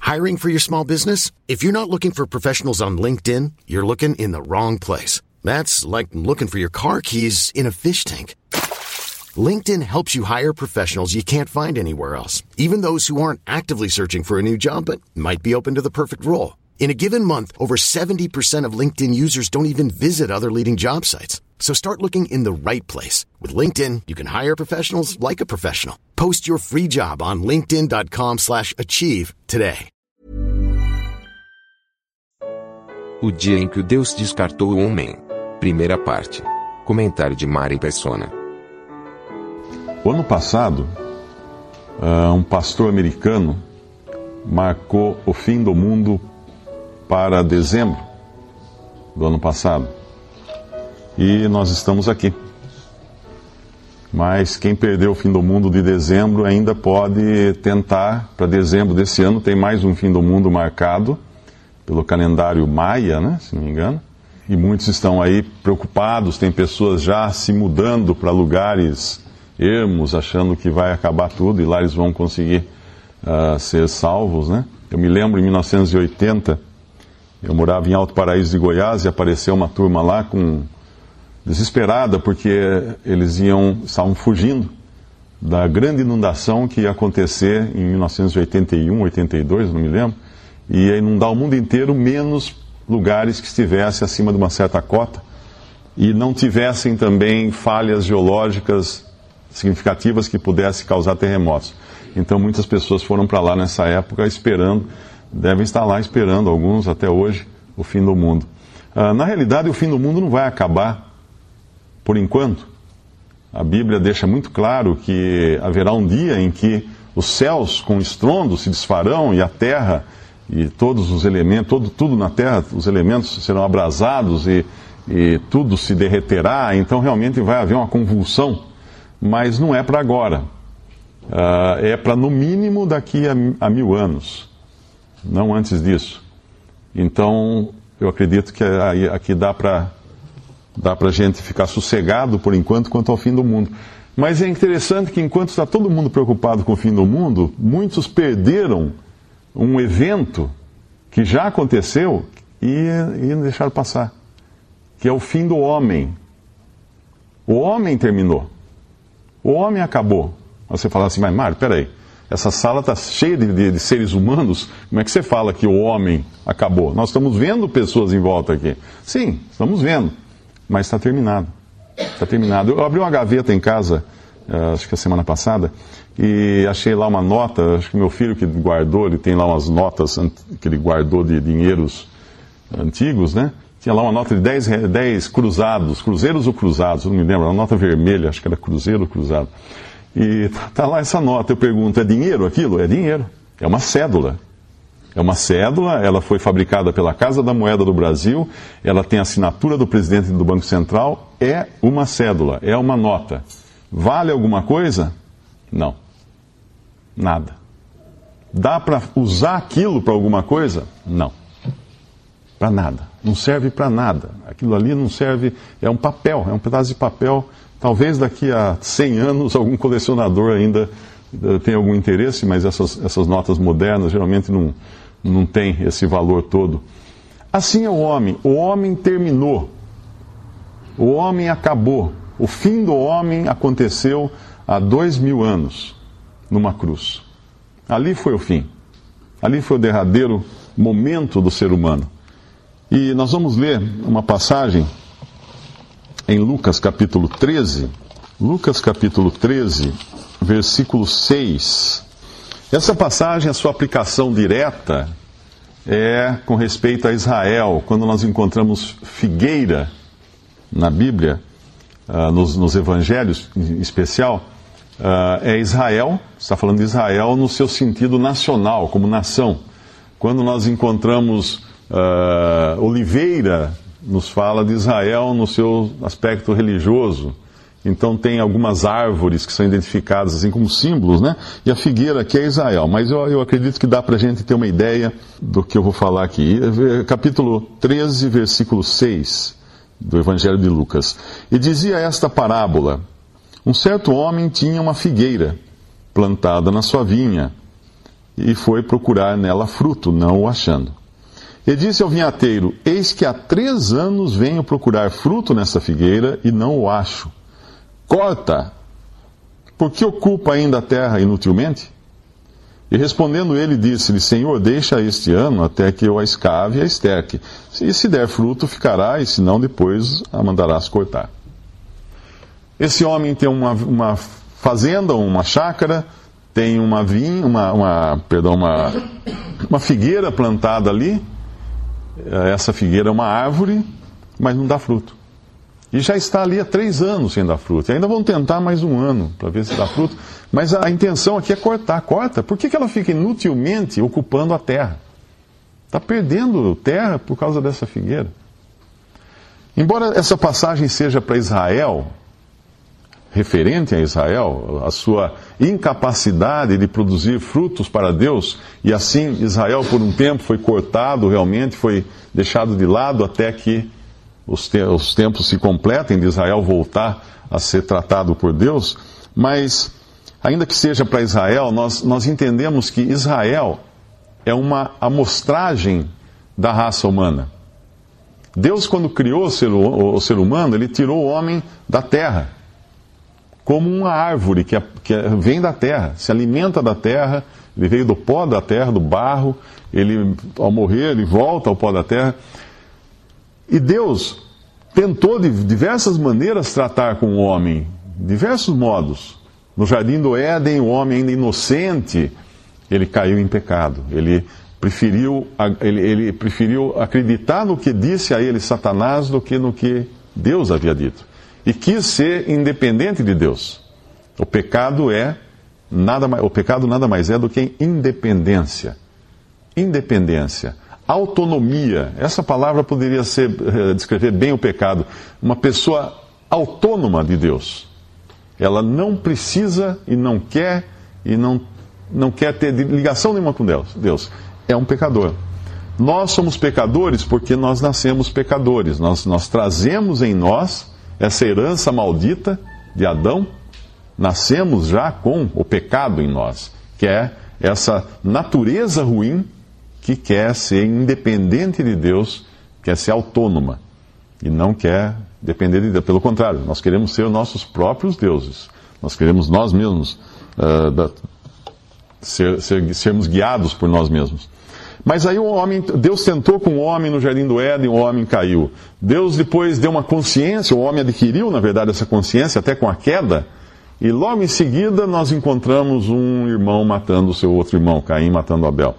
Hiring for your small business? If you're not looking for professionals on LinkedIn, you're looking in the wrong place. That's like looking for your car keys in a fish tank. LinkedIn helps you hire professionals you can't find anywhere else, even those who aren't actively searching for a new job but might be open to the perfect role. In a given month, over 70% of LinkedIn users don't even visit other leading job sites. So start looking in the right place. With LinkedIn, you can hire professionals like a professional. Post your free job on linkedin.com/achieve today. O dia em que Deus descartou o homem. Primeira parte. Comentário de Mari Persona. O ano passado, um pastor americano marcou o fim do mundo para dezembro do ano passado. E nós estamos aqui. Mas quem perdeu o fim do mundo de dezembro ainda pode tentar, para dezembro desse ano, tem mais um fim do mundo marcado pelo calendário maia, né, se não me engano. E muitos estão aí preocupados, tem pessoas já se mudando para lugares ermos, achando que vai acabar tudo e lá eles vão conseguir ser salvos, né? Eu me lembro, em 1980, eu morava em Alto Paraíso de Goiás e apareceu uma turma lá desesperada porque eles estavam fugindo da grande inundação que ia acontecer em 1981, 82, não me lembro, e ia inundar o mundo inteiro, menos lugares que estivessem acima de uma certa cota e não tivessem também falhas geológicas significativas que pudessem causar terremotos. Então muitas pessoas foram para lá nessa época esperando, devem estar lá esperando, alguns até hoje, o fim do mundo. Na realidade, o fim do mundo não vai acabar por enquanto. A Bíblia deixa muito claro que haverá um dia em que os céus com estrondo se desfarão e a terra e todos os elementos, tudo na terra, os elementos serão abrasados e tudo se derreterá. Então realmente vai haver uma convulsão. Mas não é para agora. É para no mínimo daqui a 1000 anos. Não antes disso. Então, eu acredito que aqui dá para a gente ficar sossegado por enquanto quanto ao fim do mundo. Mas é interessante que enquanto está todo mundo preocupado com o fim do mundo, muitos perderam um evento que já aconteceu e deixaram passar. Que é o fim do homem. O homem terminou. O homem acabou. Você fala assim, mas Mário, peraí, essa sala está cheia de seres humanos, como é que você fala que o homem acabou? Nós estamos vendo pessoas em volta aqui. Sim, estamos vendo, mas está terminado. Está terminado. Eu abri uma gaveta em casa, acho que a semana passada, e achei lá uma nota, acho que meu filho que guardou, ele tem lá umas notas que ele guardou de dinheiros antigos, né? Tinha lá uma nota de 10 cruzados, cruzeiros ou cruzados, eu não me lembro, uma nota vermelha, acho que era cruzeiro ou cruzado. E tá lá essa nota, eu pergunto, é dinheiro aquilo? É dinheiro, é uma cédula. É uma cédula, ela foi fabricada pela Casa da Moeda do Brasil, ela tem a assinatura do presidente do Banco Central, é uma cédula, é uma nota. Vale alguma coisa? Não. Nada. Dá para usar aquilo para alguma coisa? Não. Para nada. Não serve para nada. Aquilo ali não serve, é um papel, é um pedaço de papel. Talvez daqui a 100 anos algum colecionador ainda tenha algum interesse, mas essas notas modernas geralmente não tem esse valor todo. Assim é o homem. O homem terminou. O homem acabou. O fim do homem aconteceu há 2000 anos, numa cruz. Ali foi o fim. Ali foi o derradeiro momento do ser humano. E nós vamos ler uma passagem em Lucas capítulo 13. Lucas capítulo 13, versículo 6. Essa passagem, a sua aplicação direta é com respeito a Israel. Quando nós encontramos figueira na Bíblia, nos evangelhos em especial, é Israel, está falando de Israel no seu sentido nacional, como nação. Quando nós encontramos oliveira, nos fala de Israel no seu aspecto religioso. Então tem algumas árvores que são identificadas assim como símbolos, né? E a figueira aqui é Israel. Mas eu acredito que dá para a gente ter uma ideia do que eu vou falar aqui. Capítulo 13, versículo 6 do Evangelho de Lucas. E dizia esta parábola: um certo homem tinha uma figueira plantada na sua vinha, e foi procurar nela fruto, não o achando. E disse ao vinhateiro: eis que há 3 anos venho procurar fruto nessa figueira e não o acho. Corta, porque ocupa ainda a terra inutilmente? E respondendo ele, disse-lhe: Senhor, deixa este ano até que eu a escave e a esterque. E se der fruto, ficará, e se não, depois a mandarás cortar. Esse homem tem uma fazenda, uma chácara, tem uma figueira plantada ali. Essa figueira é uma árvore, mas não dá fruto. E já está ali há 3 anos sem dar fruto. E ainda vão tentar mais 1 ano para ver se dá fruto. Mas a intenção aqui é cortar. Corta. Por que ela fica inutilmente ocupando a terra? Está perdendo terra por causa dessa figueira. Embora essa passagem seja para Israel, referente a Israel, a sua incapacidade de produzir frutos para Deus, e assim Israel por um tempo foi cortado realmente, foi deixado de lado até que os tempos se completem de Israel voltar a ser tratado por Deus, mas ainda que seja para Israel, nós entendemos que Israel é uma amostragem da raça humana. Deus, quando criou o ser humano, ele tirou o homem da terra, como uma árvore que vem da terra, se alimenta da terra, ele veio do pó da terra, do barro, ele, ao morrer, ele volta ao pó da terra. E Deus tentou de diversas maneiras tratar com o homem, diversos modos. No jardim do Éden, o homem ainda inocente, ele caiu em pecado. Ele preferiu acreditar no que disse a ele Satanás do que no que Deus havia dito. E quis ser independente de Deus. O pecado nada mais é do que independência. Independência. Autonomia. Essa palavra poderia descrever bem o pecado. Uma pessoa autônoma de Deus. Ela não precisa e não quer ter ligação nenhuma com Deus. É um pecador. Nós somos pecadores porque nós nascemos pecadores. Nós trazemos em nós essa herança maldita de Adão. Nascemos já com o pecado em nós, que é essa natureza ruim que quer ser independente de Deus, quer ser autônoma e não quer depender de Deus. Pelo contrário, nós queremos ser nossos próprios deuses. Nós queremos nós mesmos sermos guiados por nós mesmos. Mas aí Deus tentou com o homem no jardim do Éden, o homem caiu. Deus depois deu uma consciência, o homem adquiriu, na verdade, essa consciência até com a queda. E logo em seguida nós encontramos um irmão matando o seu outro irmão, Caim matando Abel.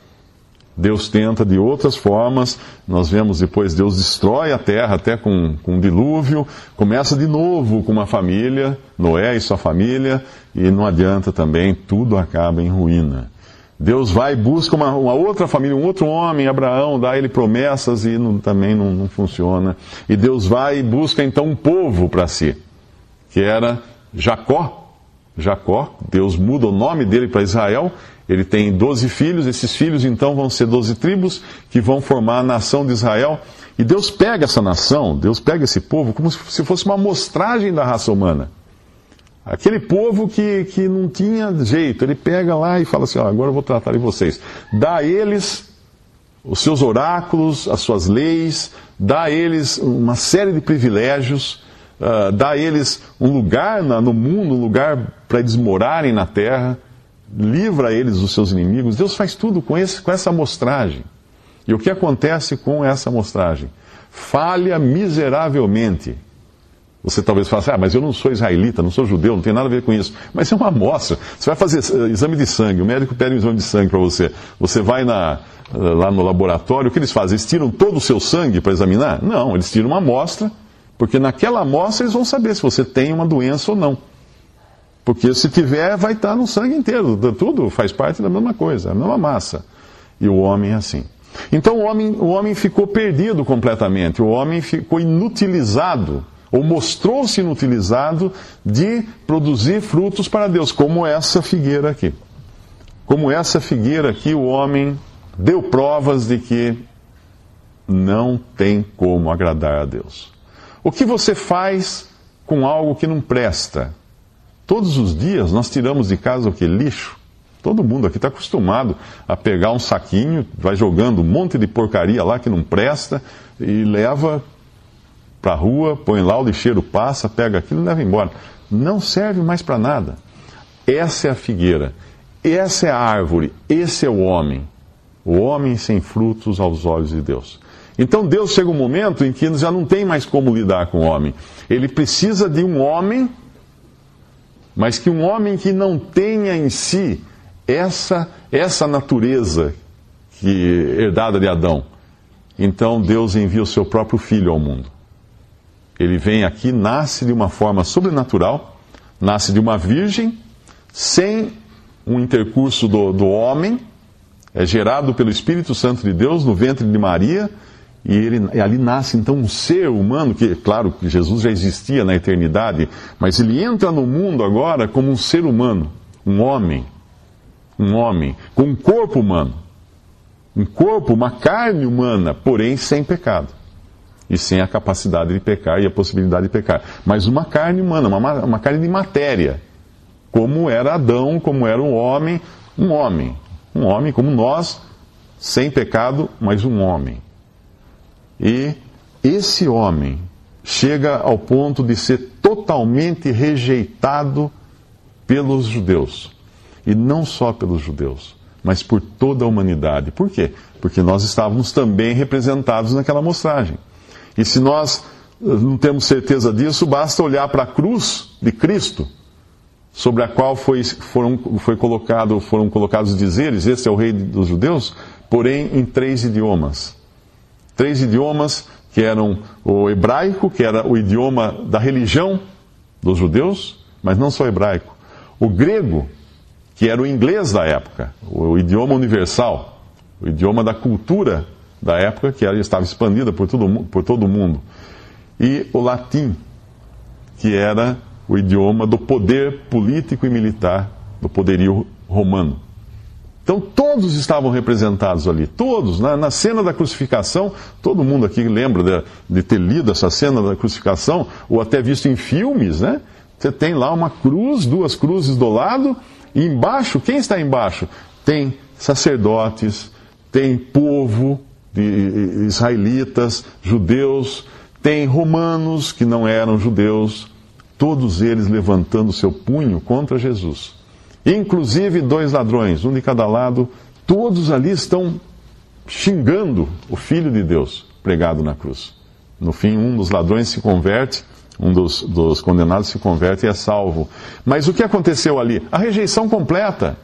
Deus tenta de outras formas, nós vemos depois Deus destrói a terra até com um dilúvio, começa de novo com uma família, Noé e sua família, e não adianta também, tudo acaba em ruína. Deus vai e busca uma outra família, um outro homem, Abraão, dá a ele promessas e também não funciona. E Deus vai e busca então um povo para si, que era Jacó. Jacó, Deus muda o nome dele para Israel. Ele tem 12 filhos, esses filhos então vão ser 12 tribos que vão formar a nação de Israel. E Deus pega essa nação, Deus pega esse povo como se fosse uma amostragem da raça humana. Aquele povo que não tinha jeito, ele pega lá e fala assim, agora eu vou tratar de vocês. Dá a eles os seus oráculos, as suas leis, dá a eles uma série de privilégios, dá a eles um lugar no mundo, um lugar para eles morarem na terra, livra eles dos seus inimigos. Deus faz tudo com essa amostragem. E o que acontece com essa amostragem? Falha miseravelmente. Você talvez fale assim, mas eu não sou israelita, não sou judeu, não tem nada a ver com isso. Mas é uma amostra. Você vai fazer exame de sangue, o médico pede um exame de sangue para você. Você vai lá no laboratório, o que eles fazem? Eles tiram todo o seu sangue para examinar? Não, eles tiram uma amostra, porque naquela amostra eles vão saber se você tem uma doença ou não. Porque se tiver, vai estar no sangue inteiro. Tudo faz parte da mesma coisa, a mesma massa. E o homem é assim. Então o homem ficou perdido completamente. O homem ficou inutilizado, ou mostrou-se inutilizado de produzir frutos para Deus, como essa figueira aqui. Como essa figueira aqui, o homem deu provas de que não tem como agradar a Deus. O que você faz com algo que não presta? Todos os dias nós tiramos de casa o que? Lixo. Todo mundo aqui está acostumado a pegar um saquinho, vai jogando um monte de porcaria lá que não presta e leva para a rua, põe lá, o lixeiro passa, pega aquilo e leva embora. Não serve mais para nada. Essa é a figueira, essa é a árvore, esse é o homem sem frutos aos olhos de Deus. Então Deus chega um momento em que já não tem mais como lidar com o homem. Ele precisa de um homem, mas que um homem que não tenha em si essa natureza herdada de Adão. Então Deus envia o seu próprio Filho ao mundo. Ele vem aqui, nasce de uma forma sobrenatural, nasce de uma virgem, sem um intercurso do homem, é gerado pelo Espírito Santo de Deus no ventre de Maria, e ali nasce então um ser humano, que claro que Jesus já existia na eternidade, mas ele entra no mundo agora como um ser humano, um homem, com um corpo humano, uma carne humana, porém sem pecado, e sem a capacidade de pecar e a possibilidade de pecar, mas uma carne humana, uma carne de matéria, como era Adão, como era um homem como nós, sem pecado, mas um homem. E esse homem chega ao ponto de ser totalmente rejeitado pelos judeus. E não só pelos judeus, mas por toda a humanidade. Por quê? Porque nós estávamos também representados naquela mostragem. E se nós não temos certeza disso, basta olhar para a cruz de Cristo, sobre a qual foram colocados dizeres: "Este é o rei dos judeus", porém em 3 idiomas. 3 idiomas que eram o hebraico, que era o idioma da religião dos judeus, mas não só hebraico. O grego, que era o inglês da época, o idioma universal, o idioma da cultura da época, que estava expandida por todo o mundo. E o latim, que era o idioma do poder político e militar, do poderio romano. Então todos estavam representados ali, todos, na cena da crucificação. Todo mundo aqui lembra de ter lido essa cena da crucificação, ou até visto em filmes, né? Você tem lá uma cruz, 2 cruzes do lado, e embaixo, quem está embaixo? Tem sacerdotes, tem povo de israelitas, judeus, tem romanos que não eram judeus, todos eles levantando seu punho contra Jesus. Inclusive 2 ladrões, um de cada lado, todos ali estão xingando o Filho de Deus pregado na cruz. No fim, um dos ladrões se converte, um dos condenados se converte e é salvo. Mas o que aconteceu ali? A rejeição completa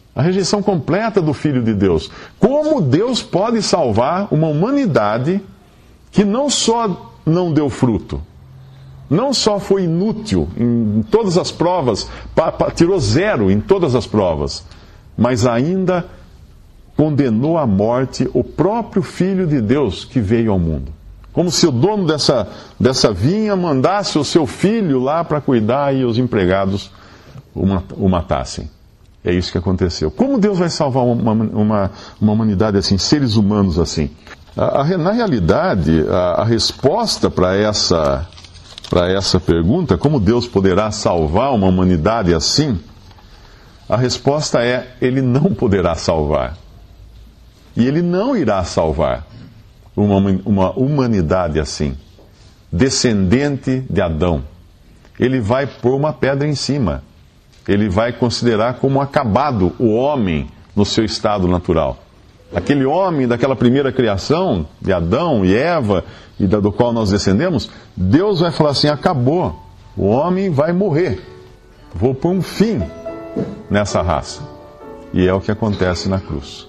do Filho de Deus. Como Deus pode salvar uma humanidade que não só não deu fruto, não só foi inútil em todas as provas, tirou 0 em todas as provas, mas ainda condenou à morte o próprio Filho de Deus que veio ao mundo. Como se o dono dessa vinha mandasse o seu filho lá para cuidar e os empregados o matassem. É isso que aconteceu. Como Deus vai salvar uma humanidade assim, seres humanos assim? Na realidade, a resposta para essa pergunta, como Deus poderá salvar uma humanidade assim, a resposta é: Ele não poderá salvar. E Ele não irá salvar uma humanidade assim, descendente de Adão. Ele vai pôr uma pedra em cima. Ele vai considerar como acabado o homem no seu estado natural. Aquele homem daquela primeira criação, de Adão e Eva, e do qual nós descendemos, Deus vai falar assim: acabou, o homem vai morrer, vou pôr um fim nessa raça. E é o que acontece na cruz.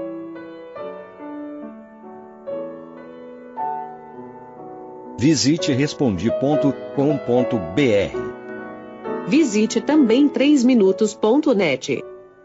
Visite Respondi.com.br. Visite também 3minutos.net.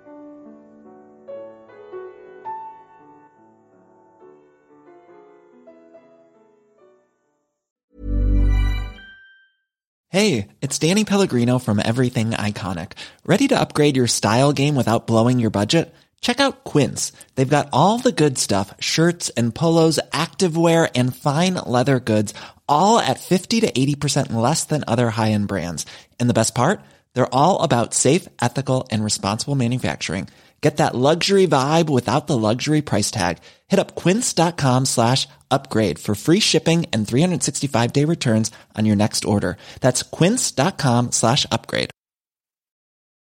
Hey, it's Danny Pellegrino from Everything Iconic. Ready to upgrade your style game without blowing your budget? Check out Quince. They've got all the good stuff, shirts and polos, activewear, and fine leather goods, all at 50 to 80% less than other high-end brands. And the best part? They're all about safe, ethical, and responsible manufacturing. Get that luxury vibe without the luxury price tag. Hit up quince.com/upgrade for free shipping and 365-day returns on your next order. That's quince.com/upgrade.